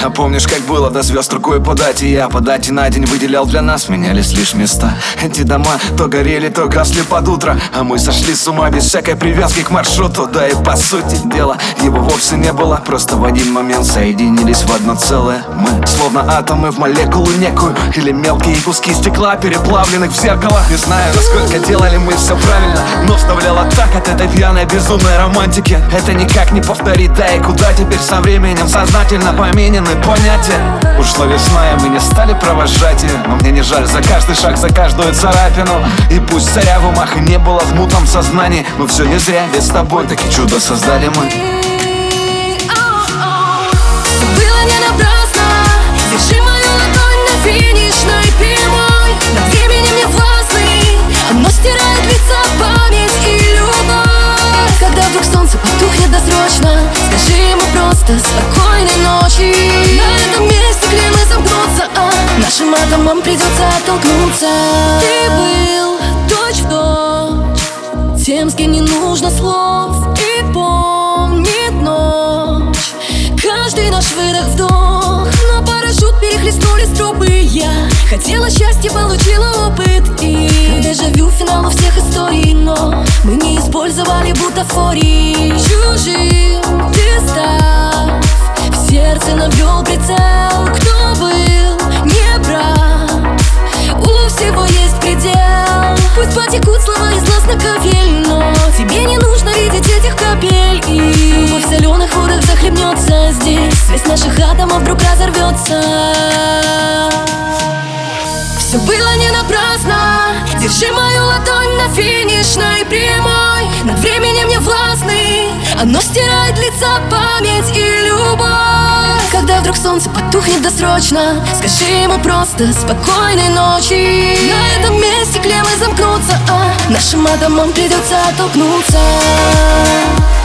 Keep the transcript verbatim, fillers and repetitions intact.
А помнишь, как было до звезд рукой подать? И я по дате на день выделял для нас, менялись лишь места. Эти дома то горели, то гасли под утро, а мы сошли с ума без всякой привязки к маршруту. Да и по сути дела его вовсе не было, просто в один момент соединились в одно целое. Мы словно атомы в молекулу некую, или мелкие куски стекла, переплавленных в зеркало. Не знаю, насколько делали мы все правильно, но вставляла так от этой пьяной безумной романтики. Это никак не повторить, да и куда теперь со временем сознательно поменены понятия. Ушла весна, и мы не стали провожать ее, но мне не жаль за каждый шаг, за каждую царапину. И пусть царя в умах и не было в мутном сознании, но все не зря, ведь с тобой таки чудо создали мы. Было не напрасно, держи мою ладонь на финишной прямой. Над временем не властный, оно стирает лица, память и любовь. Когда вдруг солнце потухнет досрочно, скажи ему просто спокойной ночи. На этом месте клеммы замкнутся, а нашим атомам придется оттолкнуться. Ты был точь-в-точь тем, с кем не нужно слов, и помнит ночь каждый наш выдох-вдох. Но парашют перехлестнули стропы. Я хотела счастья, получила опыт, и дежавю финал у всех историй, но мы не использовали бутафории. Чужим ты став, в сердце навел прицел. Кто был неправ, у всего есть предел. Пусть потекут слова из глаз на капель, но тебе не нужно видеть этих капель. И любовь в соленых водах захлебнется здесь, связь наших атомов вдруг разорвется. Все было не напрасно, держи мою ладонь на финишной прямой. Над временем не властный, оно стирает лица, память и любовь. Когда вдруг солнце потухнет досрочно, скажи ему просто спокойной ночи. На этом месте клеммы замкнутся, а нашим атомам придется оттолкнуться.